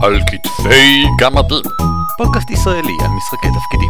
על כתפי גמדים, פודקאסט ישראלי על משחקי תפקידים.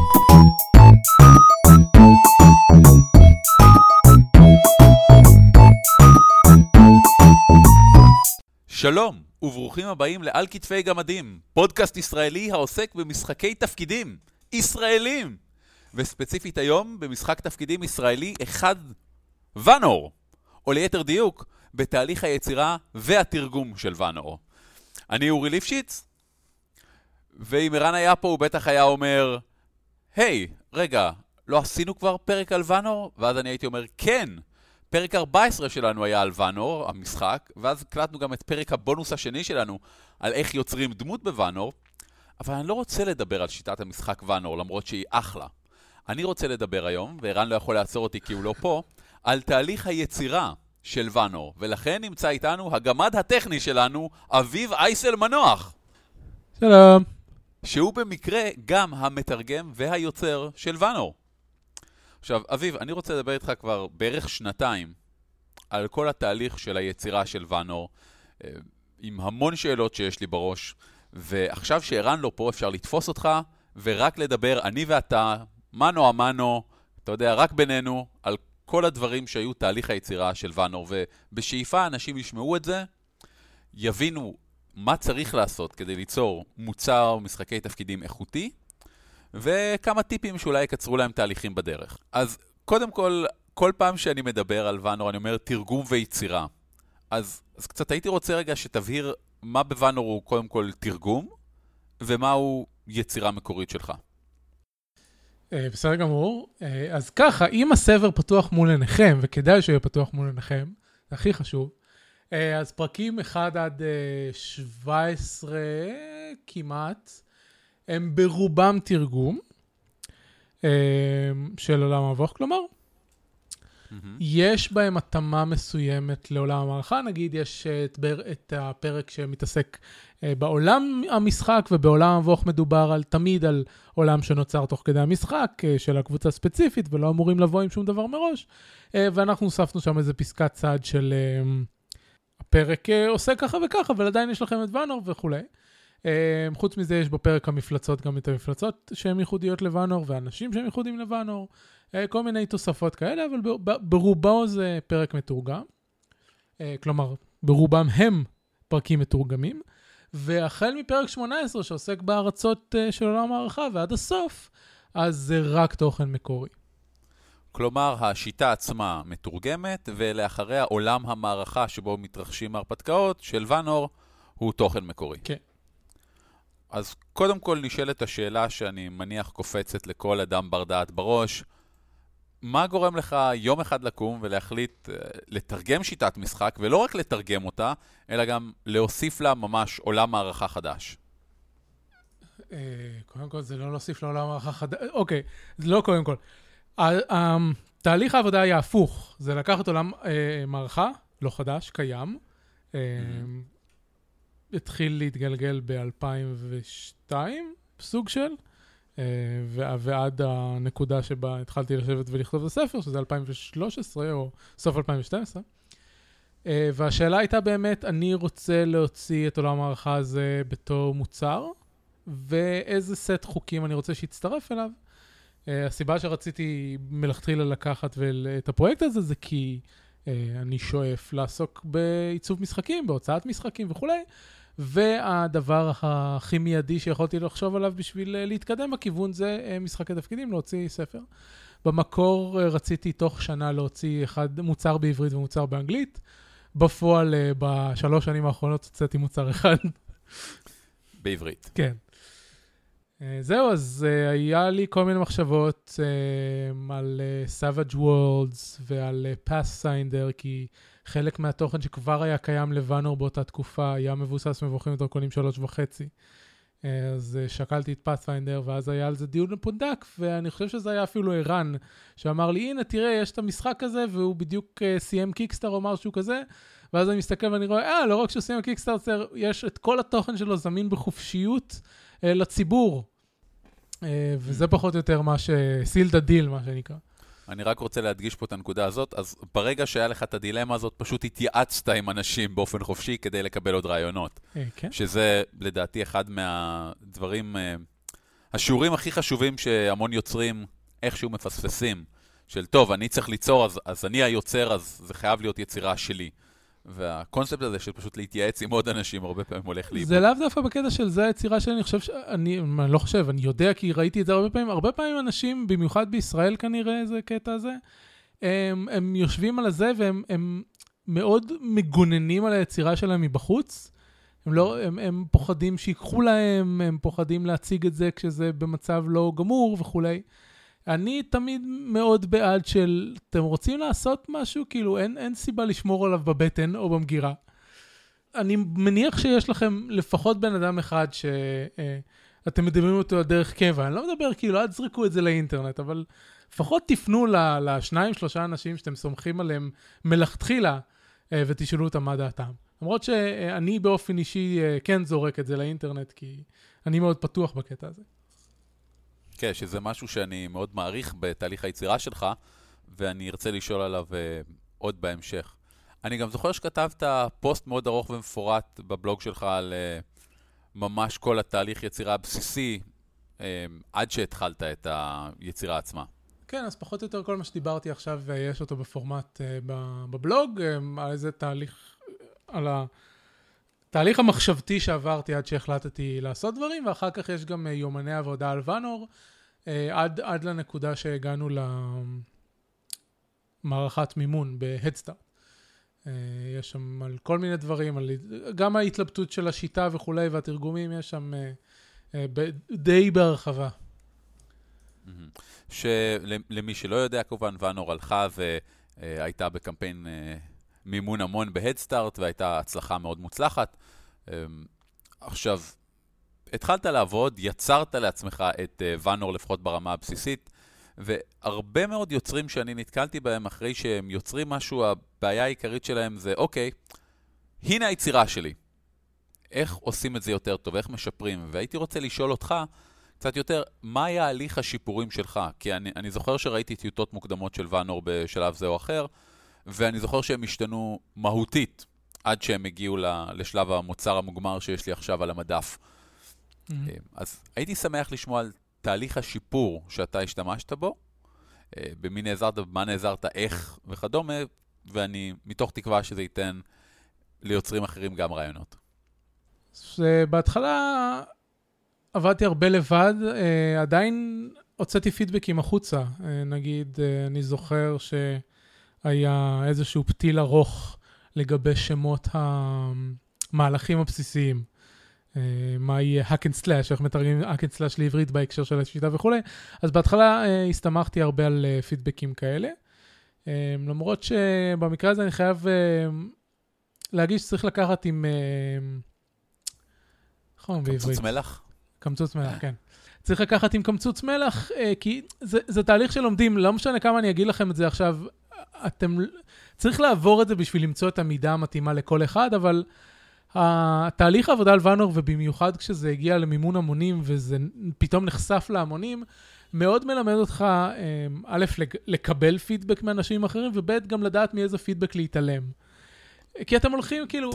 שלום וברוכים הבאים לעל כתפי גמדים, פודקאסט ישראלי העוסק במשחקי תפקידים ישראלים, וספציפית היום במשחק תפקידים ישראלי אחד, ונור, או ליתר דיוק בתהליך היצירה והתרגום של ונור. אני אורי ליפשיץ, ואם ערן היה פה הוא בטח היה אומר, היי, רגע, לא עשינו כבר פרק על ונור? ואז אני הייתי אומר, כן, פרק 14 שלנו היה על ונור, המשחק, ואז הקלטנו גם את פרק הבונוס השני שלנו על איך יוצרים דמות בוונור, אבל אני לא רוצה לדבר על שיטת המשחק ונור, למרות שהיא אחלה. אני רוצה לדבר היום, וערן לא יכול לעצור אותי כי הוא לא פה, על תהליך היצירה של ונור, ולכן נמצא איתנו הגמד הטכני שלנו, אביב אייסל מנוח. שלום. שהוא במקרה גם המתרגם והיוצר של ונור. עכשיו, אביב, אני רוצה לדבר איתך כבר בערך שנתיים על כל התהליך של היצירה של ונור, עם המון שאלות שיש לי בראש, ועכשיו שערן לא פה אפשר לתפוס אותך, ורק לדבר אני ואתה, מנו המנו, אתה יודע, רק בינינו, על כל הדברים שהיו תהליך היצירה של ונור, ובשאיפה אנשים ישמעו את זה, יבינו מה צריך לעשות כדי ליצור מוצר משחקי תפקידים איכותי, וכמה טיפים שאולי יקצרו להם תהליכים בדרך. אז קודם כל פעם שאני מדבר על ונור, אני אומר תרגום ויצירה. אז קצת הייתי רוצה רגע שתבהיר מה בוונור הוא קודם כל תרגום, ומה הוא יצירה מקורית שלך. בסדר גמור. אז ככה, אם הסבר פתוח מול עיניכם, וכדאי שיהיה פתוח מול עיניכם, זה הכי חשוב, אז פרקים 1 עד 17 כמעט, הם ברובם תרגום של עולם המבוך, כלומר, יש בהם התאמה מסוימת לעולם המערכה, נגיד יש את הפרק שמתעסק בעולם המשחק, ובעולם המבוך מדובר תמיד על עולם שנוצר תוך כדי המשחק של הקבוצה הספציפית, ולא אמורים לבוא עם שום דבר מראש, ואנחנו הוספנו שם איזה פסקת צד של הפרק עושה ככה וככה, אבל עדיין יש לכם את ונור וכו'. חוץ מזה יש בפרק המפלצות גם את המפלצות שהן ייחודיות לוונור, ואנשים שהם ייחודיים לוונור, כל מיני תוספות כאלה, אבל ברובו זה פרק מתורגם. כלומר, ברובם הם פרקים מתורגמים, והחל מפרק 18 שעוסק בארצות של עולם הערכה ועד הסוף, אז זה רק תוכן מקורי. כלומר, השיטה עצמה מתורגמת, ולאחריה עולם המערכה שבו מתרחשים הרפתקאות של ונור הוא תוכן מקורי. כן. אז קודם כל נשאלת השאלה שאני מניח קופצת לכל אדם בר דעת בראש, מה גורם לך יום אחד לקום ולהחליט לתרגם שיטת משחק, ולא רק לתרגם אותה, אלא גם להוסיף לה ממש עולם מערכה חדש? קודם כל זה לא להוסיף לעולם מערכה חדש, אוקיי, זה לא קודם כל. תהליך העבודה היה הפוך, זה לקחת עולם מערכה, לא חדש, קיים, התחיל להתגלגל ב-2002, סוג של, ועד הנקודה שבה התחלתי לשבת ולכתוב את הספר, שזה 2013 או סוף 2012. והשאלה הייתה באמת, אני רוצה להוציא את עולם הערכה הזה בתור מוצר, ואיזה סט חוקים אני רוצה שיצטרף אליו. הסיבה שרציתי מלכתחילה לקחת את הפרויקט הזה, זה כי אני שואף לעסוק בעיצוב משחקים, בהוצאת משחקים וכו'. והדבר הכי מיידי שיכולתי לחשוב עליו בשביל להתקדם בכיוון זה משחקי תפקידים, להוציא ספר. במקור רציתי תוך שנה להוציא מוצר בעברית ומוצר באנגלית. בפועל בשלוש שנים האחרונות הוצאתי מוצר אחד. בעברית. כן. זהו, אז היה לי כל מיני מחשבות על Savage Worlds ועל Pathfinder, כי חלק מהתוכן שכבר היה קיים לוונור באותה תקופה היה מבוסס מבוכים ודרקונים 3.5. אז שקלתי את Pathfinder, ואז היה על זה דיון לפונדק, ואני חושב שזה היה אפילו ערן, שאמר לי, הנה תראה, יש את המשחק הזה, והוא בדיוק סיים קיקסטאר או משהו כזה, ואז אני מסתכל ואני רואה, לא רק שהוא סיים קיקסטאר, יש את כל התוכן שלו זמין בחופשיות, לציבור, וזה פחות או יותר מה שסיל את הדיל, מה שנקרא. אני רק רוצה להדגיש פה את הנקודה הזאת, אז ברגע שהיה לך את הדילמה הזאת, פשוט התייעצת עם אנשים באופן חופשי כדי לקבל עוד רעיונות. כן. שזה לדעתי אחד מהדברים, השיעורים הכי חשובים שהמון יוצרים איכשהו מפספסים, של טוב, אני צריך ליצור, אז אני היוצר, אז זה חייב להיות יצירה שלי. והקונספט הזה של פשוט להתייעץ עם עוד אנשים הרבה פעמים הולך לאיבוד. זה לאו דווקא בקטע של זה היצירה שלי, אני לא חושב, אני יודע כי ראיתי את זה הרבה פעמים אנשים, במיוחד בישראל כנראה זה קטע הזה, הם יושבים על זה והם מאוד מגוננים על היצירה שלהם מבחוץ, הם פוחדים שיקחו להם, הם פוחדים להציג את זה כשזה במצב לא גמור וכולי. אני תמיד מאוד בעד של, אתם רוצים לעשות משהו? כאילו אין סיבה לשמור עליו בבטן או במגירה. אני מניח שיש לכם לפחות בן אדם אחד שאתם מדברים אותו דרך קבע. אני לא מדבר כאילו, אל תזרקו את זה לאינטרנט, אבל לפחות תפנו לשניים, שלושה אנשים שאתם סומכים עליהם מלכתחילה ותשאלו אותם מה דעתם. למרות שאני באופן אישי כן זורק את זה לאינטרנט, כי אני מאוד פתוח בקטע הזה. כן, שזה משהו שאני מאוד מעריך בתהליך היצירה שלך, ואני ארצה לשאול עליו עוד בהמשך. אני גם זוכר שכתבת פוסט מאוד ארוך ומפורט בבלוג שלך על ממש כל התהליך יצירה הבסיסי, עד שהתחלת את היצירה עצמה. כן, אז פחות או יותר כל מה שדיברתי עכשיו, יש אותו בפורמט בבלוג, על איזה תהליך, על התהליך המחשבתי שעברתי עד שהחלטתי לעשות דברים, ואחר כך יש גם יומני עבודה על ונור, עד לנקודה שהגענו למערכת מימון בהדסטארט. יש שם על כל מיני דברים, גם ההתלבטות של השיטה וכולי, והתרגומים יש שם די בהרחבה. שלמי שלא יודע, כמובן, ונור הלכה והייתה בקמפיין מימון המון בהדסטארט, והייתה הצלחה מאוד מוצלחת. עכשיו, התחלת לעבוד, יצרת לעצמך את ונור לפחות ברמה הבסיסית, והרבה מאוד יוצרים שאני נתקלתי בהם אחרי שהם יוצרים משהו, הבעיה העיקרית שלהם זה, אוקיי, הנה היצירה שלי. איך עושים את זה יותר טוב, איך משפרים? והייתי רוצה לשאול אותך קצת יותר, מה היה הליך השיפורים שלך? כי אני זוכר שראיתי טיוטות מוקדמות של ונור בשלב זה או אחר, ואני זוכר שהם השתנו מהותית, עד שהם הגיעו לשלב המוצר המוגמר שיש לי עכשיו על המדף. אז הייתי שמח לשמוע על תהליך השיפור שאתה השתמשת בו, במי נעזרת, במה נעזרת, איך וכדומה, ואני מתוך תקווה שזה ייתן ליוצרים אחרים גם רעיונות. בהתחלה עבדתי הרבה לבד, עדיין הוצאתי פידבקים החוצה. נגיד, אני זוכר שהיה איזשהו פתיל ארוך לגבי שמות המהלכים הבסיסיים. מה יהיה hack and slash, איך מתרגמים hack and slash לעברית בהקשר של השיטה וכו'. אז בהתחלה הסתמכתי הרבה על פידבקים כאלה. למרות שבמקרה הזה אני חייב להגיד שצריך לקחת עם... קמצוץ מלח? קמצוץ מלח, כן. צריך לקחת עם קמצוץ מלח, כי זה תהליך שלומדים, לא משנה כמה אני אגיד לכם את זה עכשיו, צריך לעבור את זה בשביל למצוא את המידה המתאימה לכל אחד, אבל התהליך העבודה על ונור, ובמיוחד כשזה הגיע למימון המונים, וזה פתאום נחשף להמונים, מאוד מלמד אותך, א', לקבל פידבק מאנשים אחרים, וב', גם לדעת מאיזה פידבק להתעלם. כי אתם הולכים, כאילו,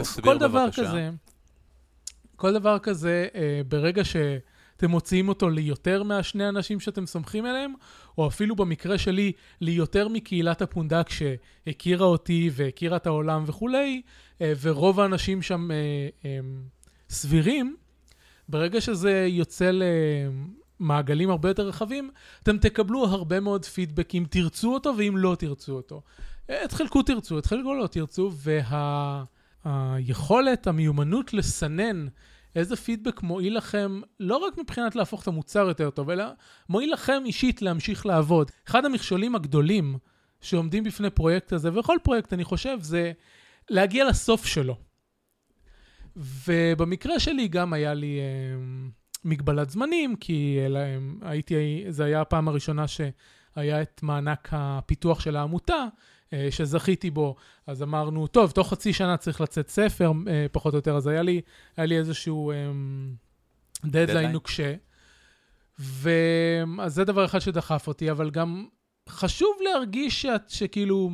כל דבר כזה, ברגע שאתם מוציאים אותו ליותר מהשני אנשים שאתם סומכים אליהם, או אפילו במקרה שלי, ליותר מקהילת הפונדק שהכירה אותי והכירה את העולם וכולי, ורוב האנשים שם סבירים, ברגע שזה יוצא למעגלים הרבה יותר רחבים, אתם תקבלו הרבה מאוד פידבק אם תרצו אותו ואם לא תרצו אותו. את חלקו תרצו, את חלקו לא תרצו, והיכולת, המיומנות לסנן איזה פידבק מועיל לכם, לא רק מבחינת להפוך את המוצר יותר טוב, אלא מועיל לכם אישית להמשיך לעבוד. אחד המכשולים הגדולים שעומדים בפני פרויקט הזה, וכל פרויקט אני חושב, זה להגיע לסוף שלו. ובמקרה שלי גם היה לי מגבלת זמנים, כי זה היה הפעם הראשונה שהיה את מענק הפיתוח של העמותה, שזכיתי בו, אז אמרנו, טוב, תוך חצי שנה צריך לצאת ספר, פחות או יותר, אז היה לי איזשהו דדליין נוקשה, אז זה דבר אחד שדחף אותי, אבל גם חשוב להרגיש שכאילו,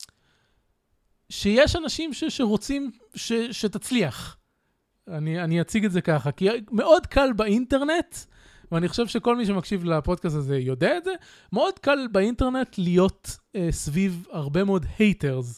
שיש אנשים שרוצים שתצליח. אני אציג את זה ככה, כי מאוד קל באינטרנט, ואני חושב שכל מי שמקשיב לפודקאסט הזה יודע את זה, מאוד קל באינטרנט להיות סביב הרבה מאוד haters,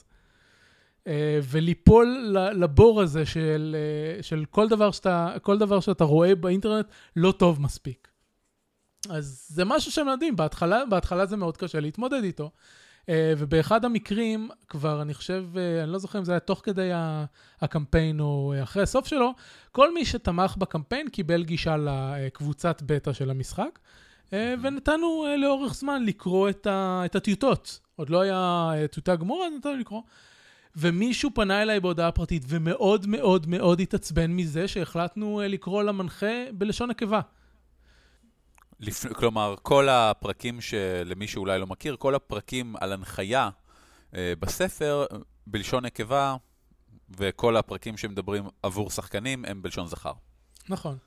וליפול לבור הזה של כל דבר שאתה רואה באינטרנט לא טוב מספיק. אז זה משהו שהם יודעים, בהתחלה זה מאוד קשה להתמודד איתו, ובאחד המקרים כבר, אני חושב, אני לא זוכר אם זה היה תוך כדי הקמפיין או אחרי הסוף שלו, כל מי שתמך בקמפיין קיבל גישה לקבוצת בטא של המשחק, ונתנו לאורך זמן לקרוא את הטיוטות. עוד לא היה טיוטה גמורה, אז נתנו לקרוא. ומישהו פנה אליי בהודעה פרטית, ומאוד מאוד מאוד התעצבן מזה שהחלטנו לקרוא למנחה בלשון נקבה. כלומר, כל הפרקים שלמי שאולי לא מכיר, כל הפרקים על הנחיה בספר בלשון נקבה, וכל הפרקים שמדברים עבור שחקנים הם בלשון זכר. נכון.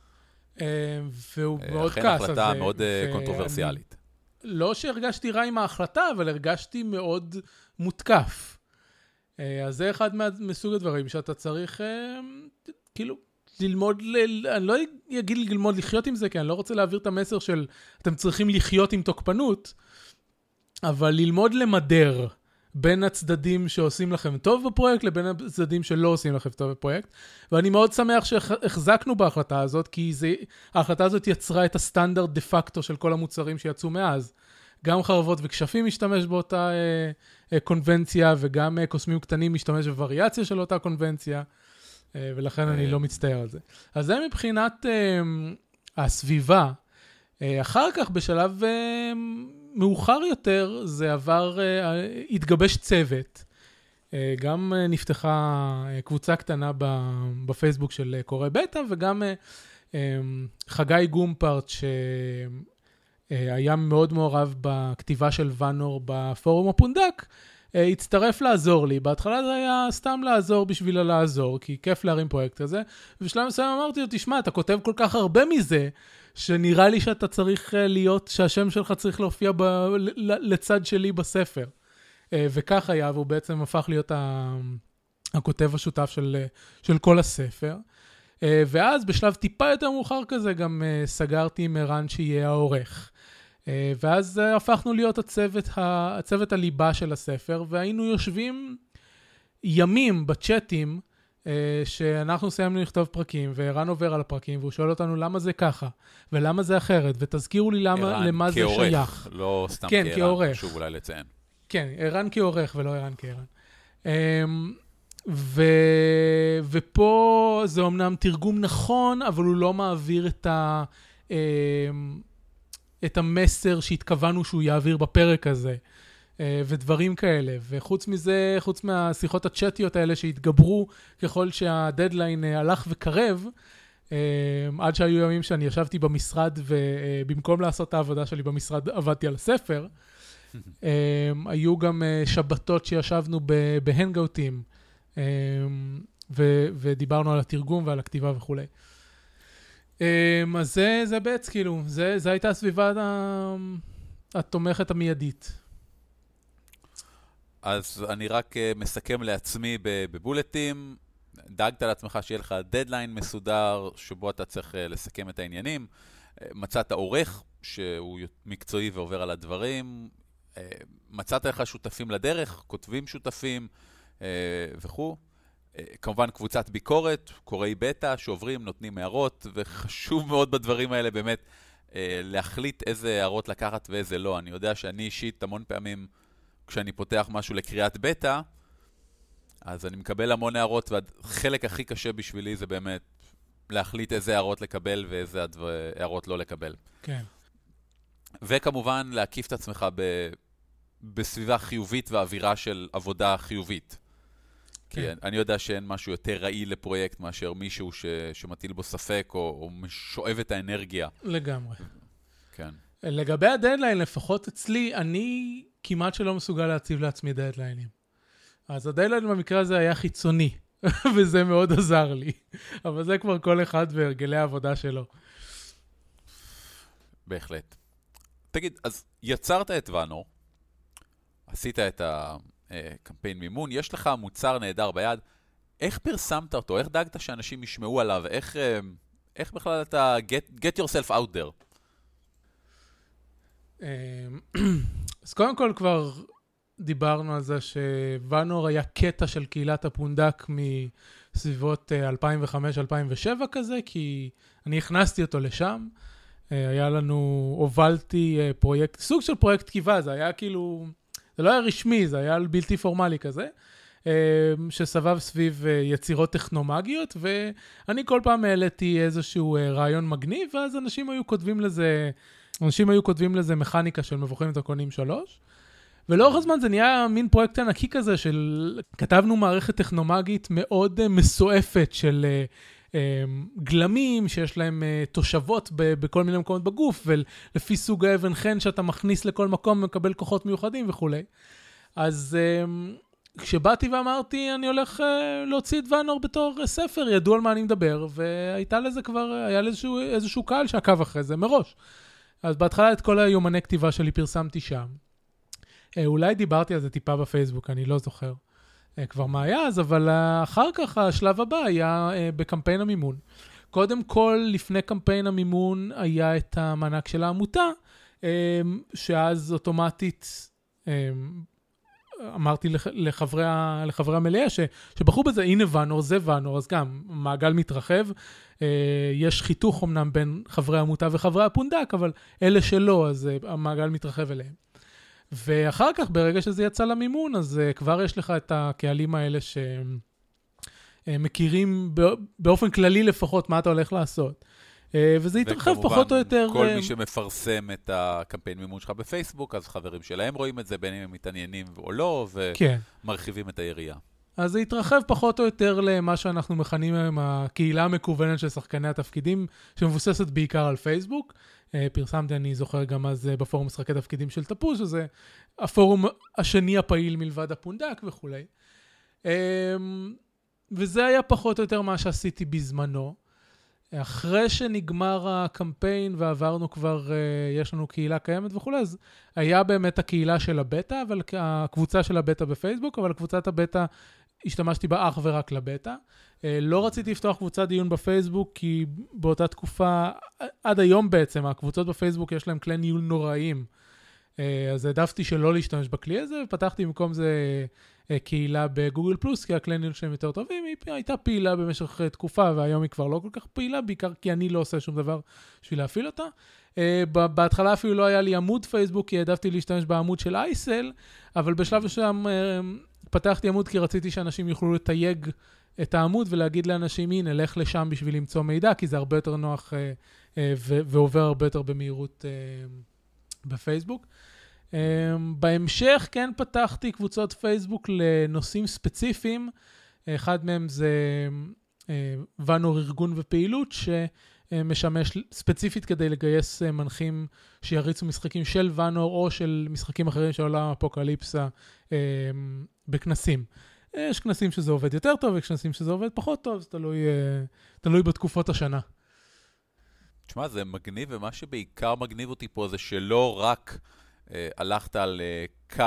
והוא מאוד כעס. אכן החלטה מאוד קונטרוברסיאלית. לא שהרגשתי רע עם ההחלטה, אבל הרגשתי מאוד מותקף. אז זה אחד מסוג הדברים שאתה צריך, כאילו, ללמוד, אני לא אגיד ללמוד לחיות עם זה, כי אני לא רוצה להעביר את המסר של אתם צריכים לחיות עם תוקפנות, אבל ללמוד למדר בין הצדדים שעושים לכם טוב בפרויקט, לבין הצדדים שלא עושים לכם טוב בפרויקט, ואני מאוד שמח שהחזקנו בהחלטה הזאת, כי ההחלטה הזאת יצרה את הסטנדרט דה פקטו של כל המוצרים שיצאו מאז. גם חרבות וכשפים משתמש באותה קונבנציה, וגם קוסמים קטנים משתמש בווריאציה של אותה קונבנציה, ולכן אני לא מצטער על זה. אז זה מבחינת הסביבה. אחר כך, בשלב מאוחר יותר, זה התגבש צוות. גם נפתחה קבוצה קטנה בפייסבוק של קורא בטא, וגם חגי גומפרט, שהיה מאוד מעורב בכתיבה של ונור בפורום הפונדק, הצטרף לעזור לי. בהתחלה זה היה סתם לעזור בשביל לעזור, כי כיף להרים פרויקט הזה. ובשלב מסוים אמרתי לו, תשמע, אתה כותב כל כך הרבה מזה, שנראה לי שאתה צריך להיות, שהשם שלך צריך להופיע לצד שלי בספר. וכך היה, והוא בעצם הפך להיות הכותב השותף של כל הספר. ואז בשלב טיפה יותר מאוחר כזה, גם סגרתי עם ערן שיהיה העורך. ואז הפכנו להיות הצוות הליבה של הספר, והיינו יושבים ימים בצ'אטים, שאנחנו סיימנו לכתוב פרקים, וערן עובר על הפרקים, והוא שואל אותנו למה זה ככה, ולמה זה אחרת, ותזכירו לי למה זה שייך. ערן כעורך, לא סתם כן, כערן, חשוב אולי לציין. כן, ערן כעורך ולא ערן כערן. ופה זה אומנם תרגום נכון, אבל הוא לא מעביר את המסר שהתכוונו שהוא יעביר בפרק הזה, ודברים כאלה. וחוץ מזה, חוץ מהשיחות הצ'אטיות האלה שהתגברו ככל שהדדליין הלך וקרב, עד שהיו ימים שאני ישבתי במשרד, ובמקום לעשות את העבודה שלי במשרד עבדתי על הספר, היו גם שבתות שישבנו בהנגאוטים, ודיברנו על התרגום ועל הכתיבה וכו'. אז זה בעצם, כאילו, זה הייתה הסביבה התומכת המיידית. אז אני רק מסכם לעצמי בבולטים, דאגת לעצמך שיהיה לך דדליין מסודר, שבו אתה צריך לסכם את העניינים, מצאת עורך שהוא מקצועי ועובר על הדברים, מצאת לך שותפים לדרך, כותבים שותפים וכו'. כמובן קבוצת ביקורת, קוראי בטא, שעוברים, נותנים הערות, וחשוב מאוד בדברים האלה באמת להחליט איזה הערות לקחת ואיזה לא. אני יודע שאני אישית המון פעמים, כשאני פותח משהו לקריאת בטא, אז אני מקבל המון הערות, והחלק הכי קשה בשבילי זה באמת להחליט איזה הערות לקבל ואיזה הערות לא לקבל. כן. וכמובן להקיף את עצמך בסביבה חיובית ואווירה של עבודה חיובית. כי אני יודע שאין משהו יותר רעי לפרויקט מאשר מישהו שמטיל בו ספק או שואב את האנרגיה. לגמרי. כן. לגבי הדדליין, לפחות אצלי, אני כמעט שלא מסוגל להציב לעצמי דדליינים. אז הדדליין במקרה הזה היה חיצוני, וזה מאוד עזר לי. אבל זה כבר כל אחד והרגלי העבודה שלו. בהחלט. תגיד, אז יצרת את ונור, עשית את הקמפיין מימון, יש לך מוצר נהדר ביד, איך פרסמת אותו? איך דאגת שאנשים ישמעו עליו? איך בכלל אתה get yourself out there? אז קודם כל כבר דיברנו על זה שוונור היה קטע של קהילת הפונדק מסביבות 2005-2007 כזה, כי אני הכנסתי אותו לשם. היה לנו, הובלתי פרויקט, סוג של פרויקט כתיבה, זה היה כאילו, זה לא היה רשמי, זה היה בלתי פורמלי כזה, שסבב סביב יצירות טכנומגיות, ואני כל פעם העליתי איזשהו רעיון מגניב, ואז אנשים היו כותבים לזה מכניקה של מבוכים ודרקונים 3, ולאורך הזמן זה נהיה מין פרויקט ענקי כזה, כתבנו מערכת טכנומגית מאוד מסועפת של גלמים שיש להם תושבות בכל מיני מקומות בגוף, ולפי סוג האבן חן שאתה מכניס לכל מקום מקבל כוחות מיוחדים וכו'. אז כשבאתי ואמרתי אני הולך להוציא את ונור בתור ספר, ידעו על מה אני מדבר, והייתה לזה כבר, היה איזשהו קהל שעקב אחרי זה מראש. אז בהתחלה את כל היומני כתיבה שלי פרסמתי שם. אולי דיברתי על זה טיפה בפייסבוק, אני לא זוכר כבר מה היה אז, אבל אחר כך השלב הבא היה בקמפיין המימון. קודם כל, לפני קמפיין המימון היה את המענק של העמותה, שאז אוטומטית אמרתי לחברי המלאה שבחרו בזה, הנה ונור, זה ונור, אז גם מעגל מתרחב, יש חיתוך אמנם בין חברי העמותה וחברי הפונדק, אבל אלה שלא, אז המעגל מתרחב אליהם. ואחר כך, ברגע שזה יצא למימון, אז כבר יש לך את הקהלים האלה שמכירים באופן כללי לפחות מה אתה הולך לעשות. וזה יתרחב פחות או יותר. כל מי שמפרסם את הקמפיין מימון שלך בפייסבוק, אז חברים שלהם רואים את זה, בין אם הם מתעניינים או לא, ומרחיבים את היריעה. אז זה יתרחב פחות או יותר למה שאנחנו מכנים היום הקהילה המקוונת של שחקני התפקידים, שמבוססת בעיקר על פייסבוק. פרסמתי, אני זוכר גם אז בפורום משחקי תפקידים של תפוש, שזה הפורום השני הפעיל מלבד הפונדק וכו'. וזה היה פחות או יותר מה שעשיתי בזמנו. אחרי שנגמר הקמפיין ועברנו כבר, יש לנו קהילה קיימת וכו', אז היה באמת הקהילה של הבטא, אבל הקבוצה של הבטא בפייסבוק, אבל קבוצת הבטא השתמשתי בה אך ורק לבטא. לא רציתי לפתוח קבוצת דיון בפייסבוק, כי באותה תקופה, עד היום בעצם, הקבוצות בפייסבוק יש להם כלי ניהול נוראים. אז העדפתי שלא להשתמש בכלי הזה, ופתחתי במקום זה קהילה בגוגל פלוס, כי הכלי ניהול שהם יותר טובים, היא הייתה פעילה במשך תקופה, והיום היא כבר לא כל כך פעילה, בעיקר כי אני לא עושה שום דבר בשביל להפעיל אותה. בהתחלה אפילו לא היה לי עמוד פייסבוק, כי העדפתי להשתמש בעמוד של אייסל, אבל בשלב שם פתחתי עמוד, כי רציתי שאנשים יוכלו לתייג את העמוד ולהגיד לאנשים, הנה, לך לשם בשביל למצוא מידע, כי זה הרבה יותר נוח ועובר הרבה יותר במהירות בפייסבוק. בהמשך כן פתחתי קבוצות פייסבוק לנושאים ספציפיים. אחד מהם זה ונור ארגון ופעילות, שמשמש ספציפית כדי לגייס מנחים שיריצו משחקים של ונור או של משחקים אחרים של עולם אפוקליפסה בכנסים. יש כנסים שזה עובד יותר טוב, יש כנסים שזה עובד פחות טוב, זה תלוי בתקופות השנה. תשמע, זה מגניב, ומה שבעיקר מגניב אותי פה זה שלא רק הלכת על קו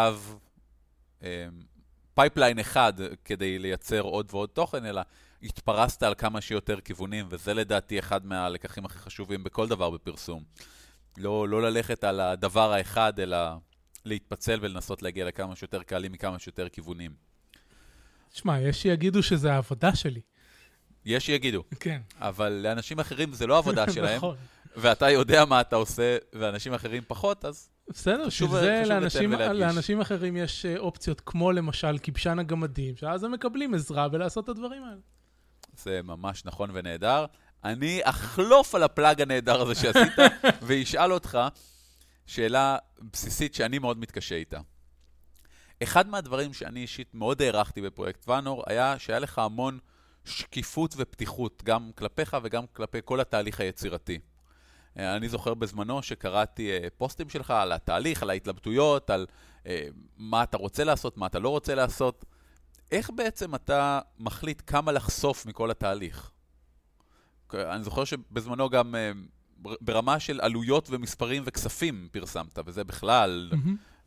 פייפליין אחד כדי לייצר עוד ועוד תוכן, אלא התפרסת על כמה שיותר כיוונים, וזה לדעתי אחד מהלקחים הכי חשובים בכל דבר בפרסום. לא ללכת על הדבר האחד, אלא להתפצל ולנסות להגיע לכמה שיותר קהלים מכמה שיותר כיוונים. תשמע, יש שיגידו שזה העבודה שלי. יש שיגידו. כן. אבל לאנשים אחרים זה לא העבודה שלהם. נכון. ואתה יודע מה אתה עושה, ואנשים אחרים פחות, אז בסדר, שזה לאנשים אחרים יש אופציות כמו למשל כבשן הגמדים, שאז הם מקבלים עזרה בלעשות את הדברים האלה. זה ממש נכון ונהדר. אני אחלוף על הפלאג הנהדר הזה שעשית, וישאל אותך שאלה בסיסית שאני מאוד מתקשה איתה. אחד מהדברים שאני אישית מאוד הערכתי בפרויקט ונור, היה שהיה לך המון שקיפות ופתיחות, גם כלפיך וגם כלפי כל התהליך היצירתי. אני זוכר בזמנו שקראתי פוסטים שלך על התהליך, על ההתלבטויות, על מה אתה רוצה לעשות, מה אתה לא רוצה לעשות. איך בעצם אתה מחליט כמה לחשוף מכל התהליך? אני זוכר שבזמנו גם ברמה של עלויות ומספרים וכספים פרסמת, וזה בכלל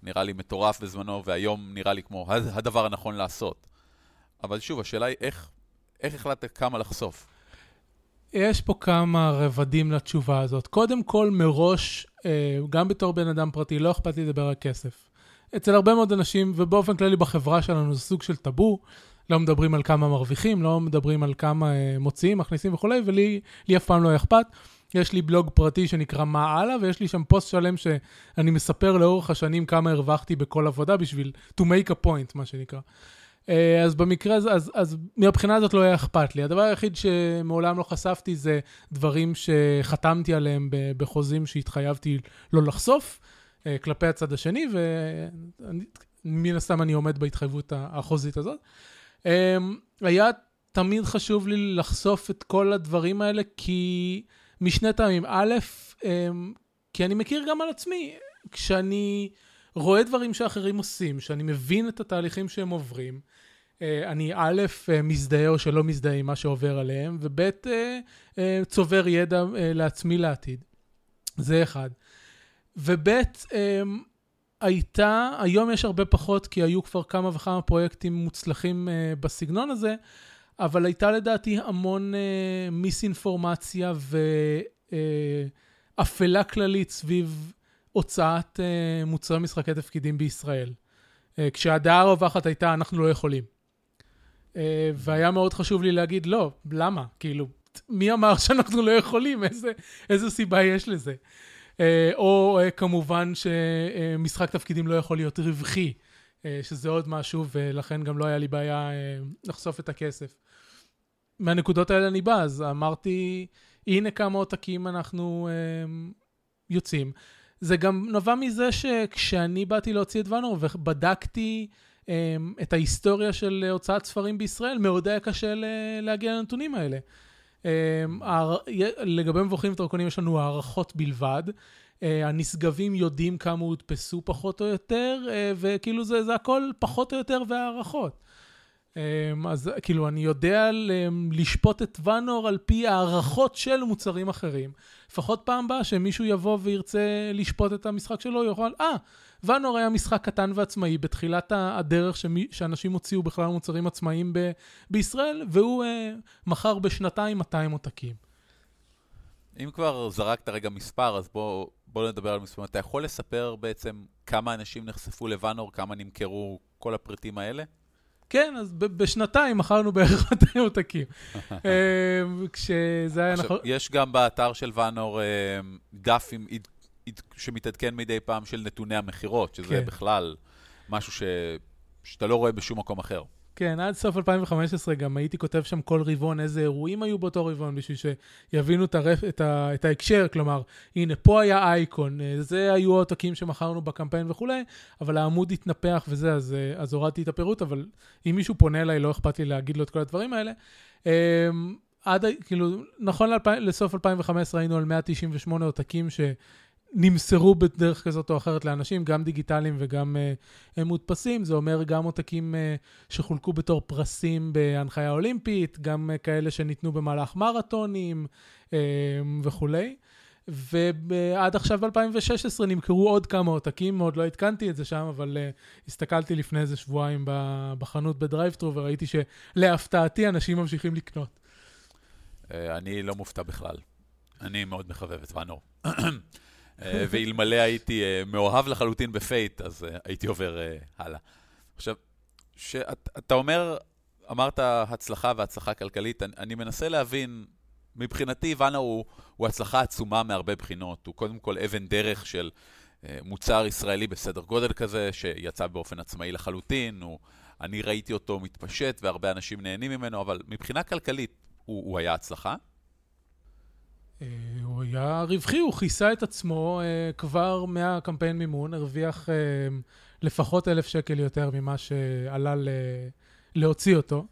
נראה לי מטורף בזמנו, והיום נראה לי כמו הדבר הנכון לעשות. אבל שוב, השאלה היא איך החלטת כמה לחשוף? יש פה כמה רבדים לתשובה הזאת. קודם כל, מראש, גם בתור בן אדם פרטי, לא אכפת לי לדבר על כסף. אצל הרבה מאוד אנשים, ובאופן כללי בחברה שלנו, זה סוג של טאבו, לא מדברים על כמה מרוויחים, לא מדברים על כמה מוציאים, מכניסים וכו', ולי אף פעם לא אכפת. יש לי בלוג פרטי שנקרא מה הלאה, ויש לי שם פוסט שלם שאני מספר לאורך השנים כמה הרווחתי בכל עבודה, בשביל to make a point, מה שנקרא. אז במקרה הזה, אז מהבחינה הזאת לא היה אכפת לי. הדבר היחיד שמעולם לא חשפתי זה דברים שחתמתי עליהם בחוזים שהתחייבתי לא לחשוף, כלפי הצד השני, ומן הסתם אני עומד בהתחייבות החוזית הזאת. היה תמיד חשוב לי לחשוף את כל הדברים האלה, כי משני טעמים. א', כי אני מכיר גם על עצמי, כשאני רואה דברים שאחרים עושים, שאני מבין את התהליכים שהם עוברים, אני א', מזדהה או שלא מזדהה עם מה שעובר עליהם, וב', צובר ידע לעצמי לעתיד. זה אחד. וב', היום יש הרבה פחות, כי היו כבר כמה וכמה פרויקטים מוצלחים בסגנון הזה, אבל הייתה לדעתי המון מיסאינפורמציה ואפלה כללית סביב הוצאת מוצרי משחקי תפקידים בישראל. כשהדעה הרווחת הייתה, אנחנו לא יכולים. והיה מאוד חשוב לי להגיד, לא, למה? כאילו, מי אמר שאנחנו לא יכולים? איזה סיבה יש לזה? או כמובן שמשחק תפקידים לא יכול להיות רווחי, שזה עוד משהו, ולכן גם לא היה לי בעיה לחשוף את הכסף. מהנקודות האלה אני בא, אז אמרתי, הנה כמה עותקים אנחנו יוצאים. זה גם נובע מזה שכשאני באתי להוציא את ואנור, ובדקתי את ההיסטוריה של הוצאת ספרים בישראל, מאוד היה קשה להגיע לנתונים האלה. לגבי מבוכים ודרקונים יש לנו הערכות בלבד, הנשגבים יודעים כמה הודפסו פחות או יותר, וכאילו זה הכל פחות או יותר והערכות. אז כאילו אני יודע לשפוט את ואנור על פי הערכות של מוצרים אחרים. לפחות פעם באה שמישהו יבוא וירצה לשפוט את המשחק שלו, יוכל, ואנור היה משחק קטן ועצמאי בתחילת הדרך שאנשים הוציאו בכלל מוצרים עצמאיים בישראל, והוא מכר בשנתיים 200 עותקים. אם כבר זרקת רגע מספר, אז בוא נדבר על מספר. אתה יכול לספר בעצם כמה אנשים נחשפו לוואנור, כמה נמכרו כל הפריטים האלה? כן, אז בשנתיים מכרנו בערך 200 עותקים. כשזה היה נכון... יש גם באתר של ואנור דף שמתעדכן מדי פעם של נתוני המחירות, שזה בכלל משהו שאתה לא רואה בשום מקום אחר. כן, עד סוף 2015 גם הייתי כותב שם כל רבעון איזה אירועים היו באותו רבעון, בשביל שיבינו את ההקשר, כלומר, הנה, פה היה אייקון, זה היו העותקים שמכרנו בקמפיין וכו', אבל העמוד התנפח וזה, אז הורדתי את הפירוט, אבל אם מישהו פונה אליי, לא אכפת לי להגיד לו את כל הדברים האלה. כאילו, נכון לסוף 2015 היינו על 198 עותקים נמסרו בדרך כזאת או אחרת לאנשים, גם דיגיטליים וגם מודפסים. זה אומר גם עותקים שחולקו בתור פרסים בהנחיה אולימפית, גם כאלה שניתנו במהלך מרתונים וכו'. ועד עכשיו ב-2016 נמכרו עוד כמה עותקים, עוד לא התקנתי את זה שם, אבל הסתכלתי לפני איזה שבועיים בחנות בדרייב-טרו, וראיתי שלהפתעתי אנשים ממשיכים לקנות. אני לא מופתע בכלל. אני מאוד מחבב את ואנור. ואלמלא הייתי מאוהב לחלוטין בפייט, אז הייתי עובר הלאה. עכשיו, שאתה אמרת הצלחה והצלחה כלכלית, אני מנסה להבין, מבחינתי ואנור הוא הצלחה עצומה מהרבה בחינות, הוא קודם כל אבן דרך של מוצר ישראלי בסדר גודל כזה, שיצא באופן עצמאי לחלוטין, אני ראיתי אותו מתפשט והרבה אנשים נהנים ממנו, אבל מבחינה כלכלית הוא היה הצלחה? הוא היה רווחי, הוא כיסה את עצמו כבר מהקמפיין מימון, הרוויח לפחות 1,000 שקל יותר ממה שעלה להוציא אותו.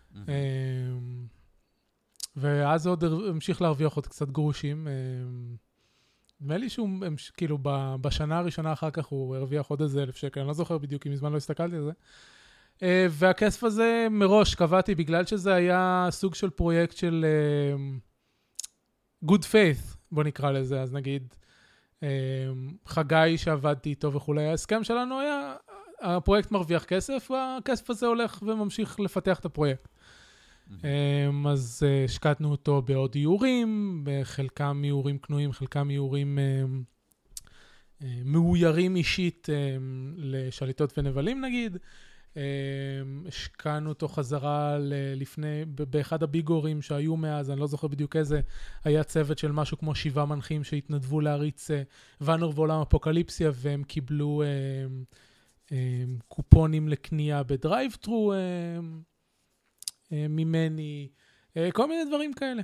ואז עוד המשיך להרוויח עוד קצת גרושים. נדמה לי שהוא, כאילו, בשנה הראשונה אחר כך הוא הרוויח עוד איזה 1,000 שקל, אני לא זוכר בדיוק, כי מזמן לא הסתכלתי על זה. והכסף הזה מראש קבעתי, בגלל שזה היה סוג של פרויקט של good faith, בוא נקרא לזה, אז נגיד, חגי שעבדתי איתו וכולי, ההסכם שלנו היה, הפרויקט מרוויח כסף, והכסף הזה הולך וממשיך לפתח את הפרויקט. אז השקענו אותו בעוד איורים, חלקם איורים קנויים, חלקם איורים מאוירים אישית לשליטות ונבלים נגיד. השקענו אותו חזרה לפני, באחד הביגורים שהיו מאז, אני לא זוכר בדיוק איזה, היה צוות של משהו כמו 7 מנחים שהתנדבו להריץ ואנור ועולם אפוקליפסיה, והם קיבלו קופונים לקנייה בדרייב-טרו ממני, כל מיני דברים כאלה.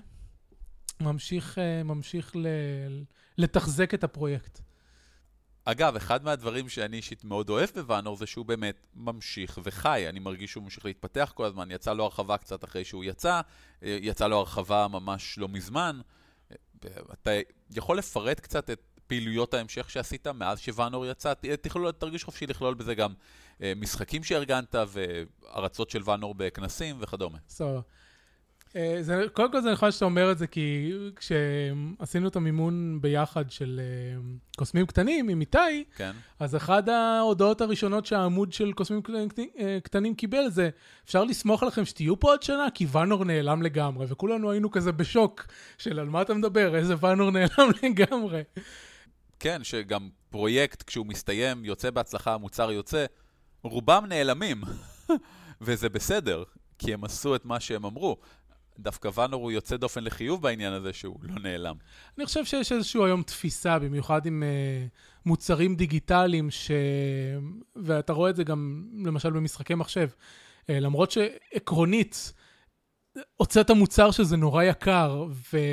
ממשיך לתחזק את הפרויקט. אגב, אחד מהדברים שאני אישית מאוד אוהב בוואנור זה שהוא באמת ממשיך וחי. אני מרגיש שהוא ממשיך להתפתח כל הזמן. יצא לו הרחבה קצת אחרי שהוא יצא לו הרחבה ממש לא מזמן. אתה יכול לפרט קצת את פעילויות ההמשך שעשית מאז שוואנור יצא? תרגיש חופשי לכלול בזה גם משחקים שארגנת והרצות של וואנור בכנסים וכדומה. סבבה. קודם כל זה נכון שאתה אומר את זה, כי כשעשינו את המימון ביחד של קוסמים קטנים עם איתי, כן. אז אחד ההודעות הראשונות שהעמוד של קוסמים קטנים קיבל זה, אפשר לסמוך עליכם שתהיו פה עוד שנה, כי וואנור נעלם לגמרי, וכולנו היינו כזה בשוק של על מה אתה מדבר, איזה וואנור נעלם לגמרי. כן, שגם פרויקט כשהוא מסתיים, יוצא בהצלחה, המוצר יוצא, רובם נעלמים, וזה בסדר, כי הם עשו את מה שהם אמרו. דווקא וואנור הוא יוצא דופן לחיוב בעניין הזה שהוא לא נעלם. אני חושב שיש איזשהו היום תפיסה, במיוחד עם מוצרים דיגיטליים, ואתה רואה את זה גם למשל במשחקי מחשב. למרות שעקרונית, הוצאת המוצר שזה נורא יקר,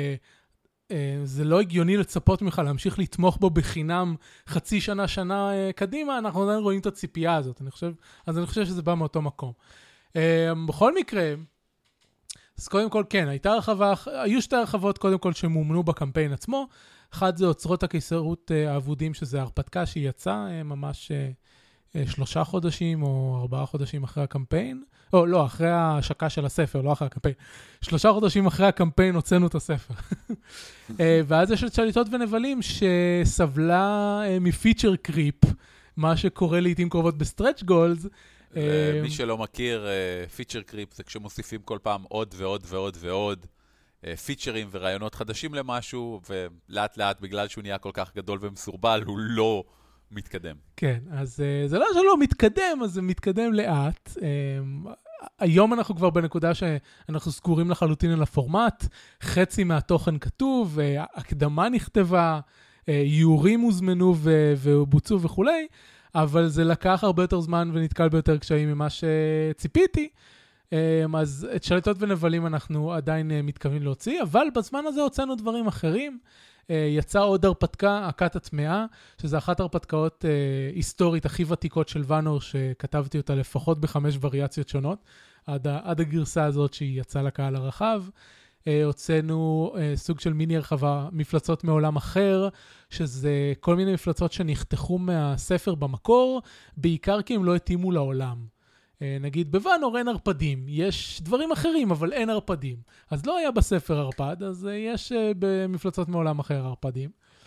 וזה לא הגיוני לצפות ממך להמשיך לתמוך בו בחינם חצי שנה קדימה, אנחנו עדיין רואים את הציפייה הזאת. אז אני חושב שזה בא מאותו מקום. בכל מקרה, אז קודם כל כן, היו 2 הרחבות קודם כל שמומנו בקמפיין עצמו. אחד זה אוצרות הקיסרות האבודים, שזה הרפתקה שהיא יצאה ממש 3 חודשים או 4 חודשים אחרי הקמפיין. או לא, אחרי ההשקה של הספר, לא אחרי הקמפיין. 3 חודשים אחרי הקמפיין הוצאנו את הספר. ואז יש את שליטות ונבלים שסבלה מפיצ'ר קריפ, מה שקורה לעתים קרובות בסטרץ' גולדס, מי שלא מכיר, פיצ'ר קריפ זה כשמוסיפים כל פעם עוד ועוד ועוד ועוד פיצ'רים ורעיונות חדשים למשהו, ולאט לאט בגלל שהוא נהיה כל כך גדול ומסורבל, הוא לא מתקדם. כן, אז זה לא שלא מתקדם, אז זה מתקדם לאט. היום אנחנו כבר בנקודה שאנחנו סגורים לחלוטין על הפורמט, חצי מהתוכן כתוב, הקדמה נכתבה, איורים הוזמנו ובוצעו וכולי, אבל זה לקח הרבה יותר זמן ונתקל ביותר קשיים ממה שציפיתי. אז את שליטות ונבלים אנחנו עדיין מתכוונים להוציא, אבל בזמן הזה הוצאנו דברים אחרים. יצא עוד הרפתקה, הכת הטמאה, שזה אחת הרפתקאות היסטורית הכי ותיקות של וואנור, שכתבתי אותה לפחות ב5 וריאציות שונות, עד הגרסה הזאת שהיא יצאה לקהל הרחב. הוצאנו סוג של מיני הרחבה, מפלצות מעולם אחר, שזה כל מיני מפלצות שנחתכו מהספר במקור, בעיקר כי הם לא התאימו לעולם. נגיד, בוואנור אין הרפדים, יש דברים אחרים, אבל אין הרפדים. אז לא היה בספר הרפד, אז יש במפלצות מעולם אחר הרפדים.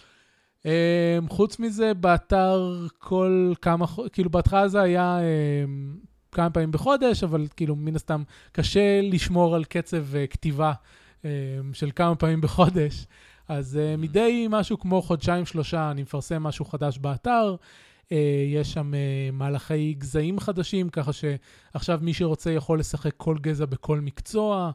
חוץ מזה, באתר כל כמה, כאילו בהתחלה זה היה כמה פעמים בחודש, אבל כאילו מן הסתם קשה לשמור על קצב כתיבה של כמה פעמים בחודש. אז מדי משהו כמו 1-3 אני מפרסם משהו חדש באתר, יש שם מהלכי גזעים חדשים, ככה שעכשיו מי שרוצה יכול לשחק כל גזע בכל מקצוע.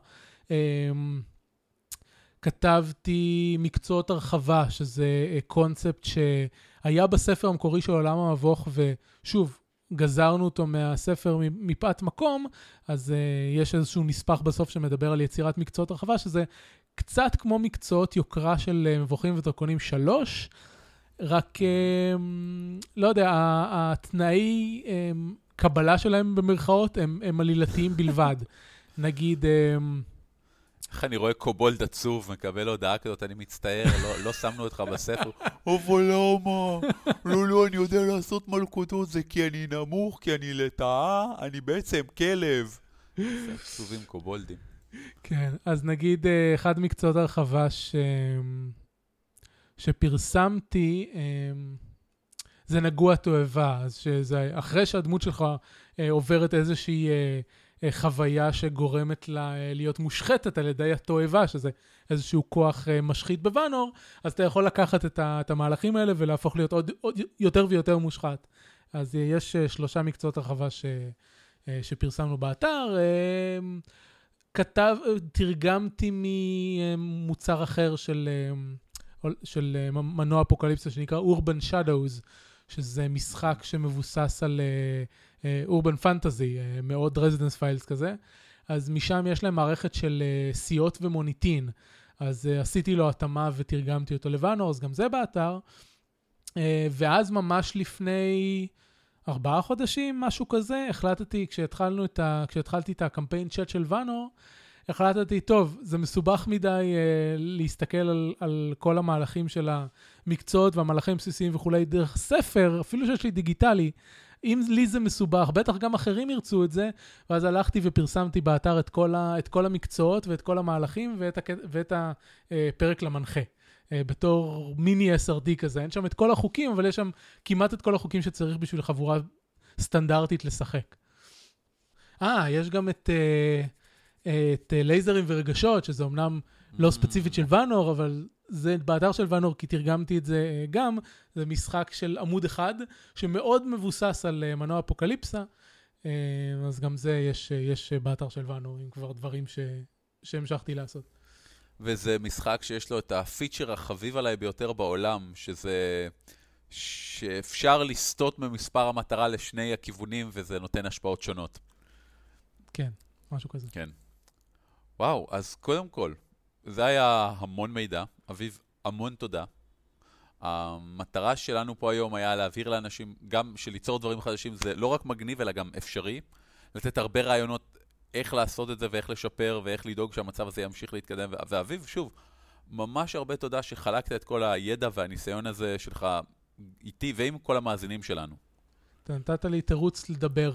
כתבתי מקצועות הרחבה, שזה קונספט שהיה בספר המקורי של עולם המבוך, ושוב, גזרנו אותו מהספר מפאת מקום, אז יש איזשהו נספח בסוף שמדבר על יצירת מקצועות הרחבה, שזה קצת כמו מקצועות יוקרה של מבוכים ודרקונים 3, רק, לא יודע, התנאי קבלה שלהם במרכאות הם עלילתיים בלבד. נגיד, איך אני רואה קובולד עצוב, מקבל הודעה כזאת, אני מצטער, לא שמנו אותך בספר. אבל למה? לא, אני יודע לעשות מלכותות, זה כי אני נמוך, כי אני לטעה, אני בעצם כלב. זה עצובים קובולדים. כן, אז נגיד, אחד מקצועות הרחבה שפרסמתי, זה נגוע תועבה, אז שזה אחרי שהדמות שלך עוברת איזושהי חוויה שגורמת לה להיות מושחתת על ידי התועבה, שזה איזשהו כוח משחית בוואנור, אז אתה יכול לקחת את המהלכים האלה ולהפוך להיות עוד יותר ויותר מושחת. אז יש 3 מקצועות הרחבה שפרסמנו באתר. תרגמתי ממוצר אחר של מנוע אפוקליפסה שנקרא Urban Shadows, שזה משחק שמבוסס על אורבן פנטזי, מאוד רזידנס פיילס כזה. אז משם יש להם מערכת של סיוט ומוניטין. אז עשיתי לו התאמה ותרגמתי אותו לוואנור, אז גם זה באתר. ואז ממש לפני 4 חודשים, משהו כזה, החלטתי, כשהתחלתי את הקמפיין צ'אט של ואנור, החלטתי, טוב, זה מסובך מדי להסתכל על כל המהלכים של המקצועות והמהלכים בסיסיים וכולי דרך ספר, אפילו שיש לי דיגיטלי, אם לי זה מסובך, בטח גם אחרים ירצו את זה, ואז הלכתי ופרסמתי באתר את כל המקצועות ואת כל המהלכים ואת הפרק למנחה. בתור מיני SRD כזה. אין שם את כל החוקים, אבל יש שם כמעט את כל החוקים שצריך בשביל חבורה סטנדרטית לשחק. יש גם את לייזרים ורגשות, שזה אומנם לא ספציפית של ואנור, אבל זה באתר של ואנור, כי תרגמתי את זה גם. זה משחק של עמוד אחד, שמאוד מבוסס על מנוע אפוקליפסה. אז גם זה יש באתר של ואנור, עם כבר דברים שהמשכתי לעשות. וזה משחק שיש לו את הפיצ'ר החביב עליי ביותר בעולם, שאפשר לסטות ממספר המטרה לשני הכיוונים, וזה נותן השפעות שונות. כן, משהו כזה. כן. וואו, אז קודם כל, זה היה המון מידע. אביב, המון תודה. המטרה שלנו פה היום היה להעביר לאנשים, גם שליצור דברים חדשים, זה לא רק מגניב, אלא גם אפשרי. לתת הרבה רעיונות איך לעשות את זה ואיך לשפר ואיך לדאוג שהמצב הזה ימשיך להתקדם. ואביב, שוב, ממש הרבה תודה שחלקת את כל הידע והניסיון הזה שלך איתי ועם כל המאזינים שלנו. אתה נתת לי תירוץ לדבר.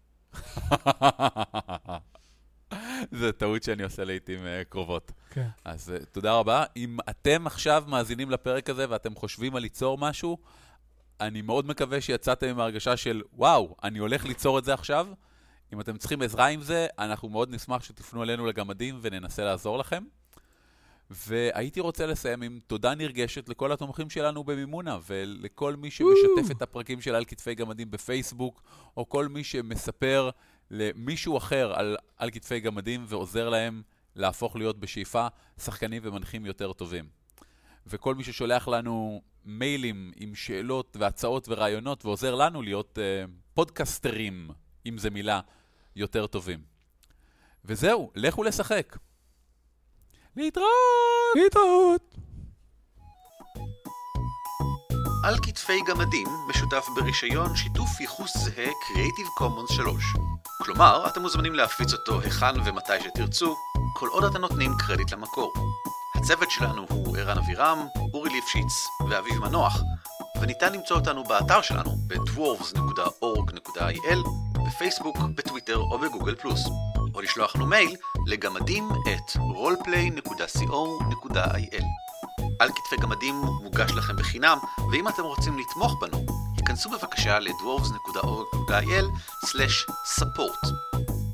זה טעות שאני עושה לעתים קרובות. כן. אז תודה רבה. אם אתם עכשיו מאזינים לפרק הזה ואתם חושבים על ליצור משהו, אני מאוד מקווה שיצאתם עם ההרגשה של וואו, אני הולך ליצור את זה עכשיו. אם אתם צריכים עזרה עם זה, אנחנו מאוד נשמח שתפנו אלינו לגמדים וננסה לעזור לכם. והייתי רוצה לסיים עם תודה נרגשת לכל התומכים שלנו במימונה, ולכל מי שמשתף את הפרקים של על כתפי גמדים בפייסבוק, או כל מי שמספר למישהו אחר על כתפי גמדים ועוזר להם להפוך להיות בשאיפה שחקנים ומנחים יותר טובים. וכל מי ששולח לנו מיילים עם שאלות והצעות ורעיונות ועוזר לנו להיות פודקסטרים, אם זה מילה, יותר טובים. וזהו, לכו לשחק. להתראות! על כתפי גמדים משותף ברישיון שיתוף ייחוס זהה Creative Commons 3. כלומר, אתם מוזמנים להפיץ אותו היכן ומתי שתרצו, כל עוד אתם נותנים קרדיט למקור. הצוות שלנו הוא ערן אבירם, אורי ליפשיץ ואביב מנוח, וניתן למצוא אותנו באתר שלנו ב-dwarves.org.il, בפייסבוק, בטוויטר או בגוגל פלוס, או לשלוח לנו מייל לגמדים@roleplay.co.il. על כתפי גמדים מוגש לכם בחינם, ואם אתם רוצים לתמוך בנו, היכנסו בבקשה ל-dwarves.org.il/support.